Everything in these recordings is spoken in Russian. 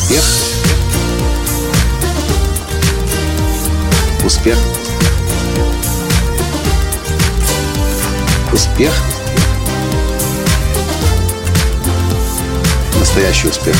Успех. Успех. Успех. Настоящий успех.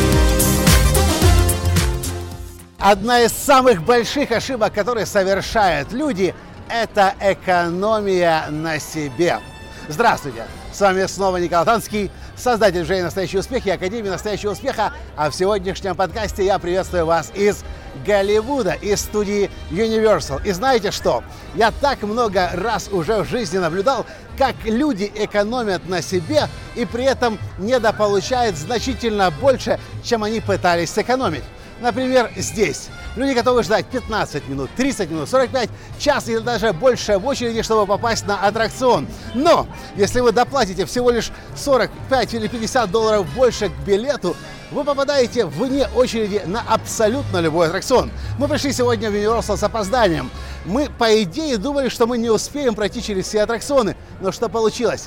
Одна из самых больших ошибок, которые совершают люди, это экономия на себе. Здравствуйте! С вами снова Николай Танский, создатель движения «Настоящий успех» и Академии настоящего успеха. А в сегодняшнем подкасте я приветствую вас из Голливуда, из студии Universal. И знаете что? Я так много раз уже в жизни наблюдал, как люди экономят на себе и при этом недополучают значительно больше, чем они пытались сэкономить. Например, здесь люди готовы ждать 15 минут, 30 минут, 45, час или даже больше в очереди, чтобы попасть на аттракцион. Но если вы доплатите всего лишь 45 или 50 долларов больше к билету, вы попадаете вне очереди на абсолютно любой аттракцион. Мы пришли сегодня в Universal с опозданием. Мы, по идее, думали, что мы не успеем пройти через все аттракционы. Но что получилось?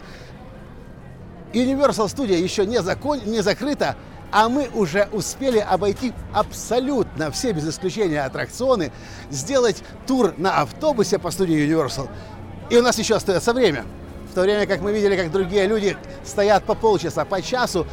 Universal студия еще не закрыта, а мы уже успели обойти абсолютно все, без исключения, аттракционы, сделать тур на автобусе по студии Universal. И у нас еще остается время. В то время как мы видели, как другие люди стоят по полчаса, по часу,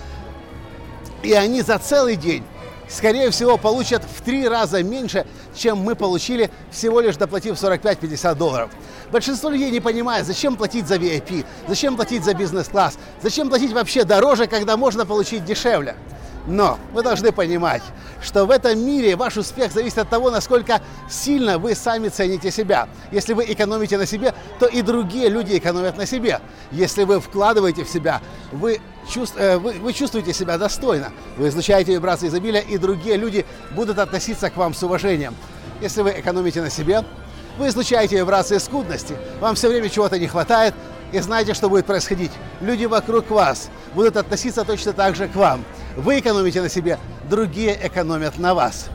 и они за целый день, скорее всего, получат в 3 раза меньше, чем мы получили, всего лишь доплатив 45-50 долларов. Большинство людей не понимает, зачем платить за VIP, зачем платить за бизнес-класс, зачем платить вообще дороже, когда можно получить дешевле. Но вы должны понимать, что в этом мире ваш успех зависит от того, насколько сильно вы сами цените себя. Если вы экономите на себе, то и другие люди экономят на себе. Если вы вкладываете в себя, вы чувствуете себя достойно. Вы излучаете вибрации изобилия, и другие люди будут относиться к вам с уважением. Если вы экономите на себе, вы излучаете вибрации скудности. Вам все время чего-то не хватает, и знаете, что будет происходить. Люди вокруг вас будут относиться точно так же к вам. Вы экономите на себе, другие экономят на вас.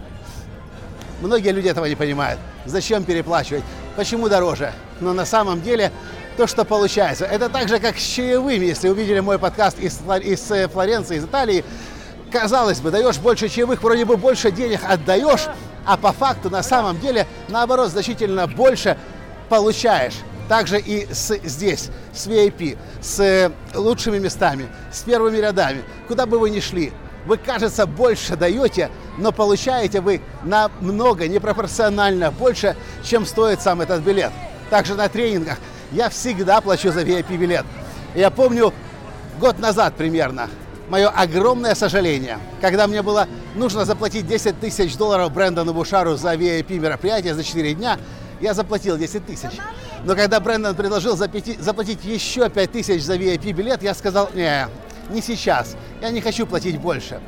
Многие люди этого не понимают. Зачем переплачивать? Почему дороже? Но на самом деле то, что получается, это так же, как с чаевыми. Если увидели мой подкаст из Флоренции, из Италии, казалось бы, даешь больше чаевых, вроде бы больше денег отдаешь, а по факту на самом деле, наоборот, значительно больше получаешь. Также и здесь, с VIP, с лучшими местами, с первыми рядами. Куда бы вы ни шли, вы, кажется, больше даете, но получаете вы намного, непропорционально больше, чем стоит сам этот билет. Также на тренингах я всегда плачу за VIP-билет. Я помню, год назад примерно, мое огромное сожаление, когда мне было нужно заплатить 10 тысяч долларов Брэндону Бушару за VIP-мероприятие за 4 дня, я заплатил 10 тысяч. Но когда Брэндон предложил заплатить еще 5 тысяч за VIP-билет, я сказал, не сейчас, я не хочу платить больше.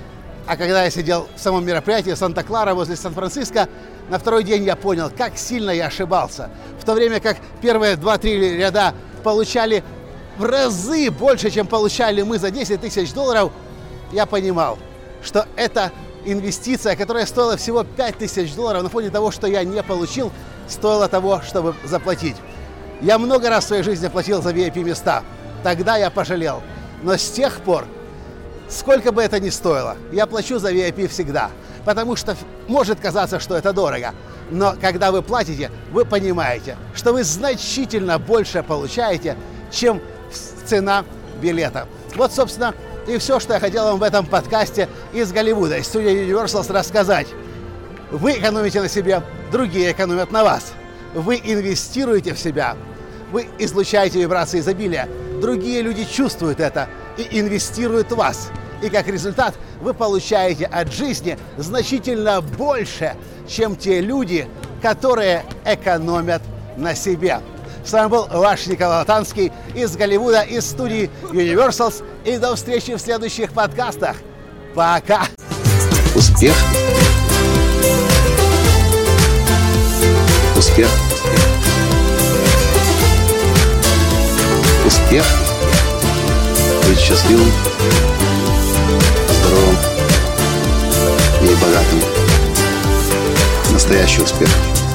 А когда я сидел в самом мероприятии в Санта-Клара возле Сан-Франциско, на второй день я понял, как сильно я ошибался. В то время как первые 2-3 ряда получали в разы больше, чем получали мы за 10 тысяч долларов, я понимал, что это инвестиция, которая стоила всего 5 тысяч долларов, на фоне того, что я не получил, стоило того, чтобы заплатить. Я много раз в своей жизни платил за VIP-места. Тогда я пожалел. Но с тех пор, сколько бы это ни стоило, я плачу за VIP всегда. Потому что может казаться, что это дорого. Но когда вы платите, вы понимаете, что вы значительно больше получаете, чем цена билета. Вот, собственно, и все, что я хотел вам в этом подкасте из Голливуда, из студии Universal рассказать. Вы экономите на себе, другие экономят на вас. Вы инвестируете в себя, вы излучаете вибрации изобилия. Другие люди чувствуют это и инвестируют в вас. И как результат вы получаете от жизни значительно больше, чем те люди, которые экономят на себе. С вами был ваш Николай Танский из Голливуда, из студии Universal. И до встречи в следующих подкастах. Пока! Успех. Успех. Успех. Быть счастливым, здоровым и богатым. Настоящий успех.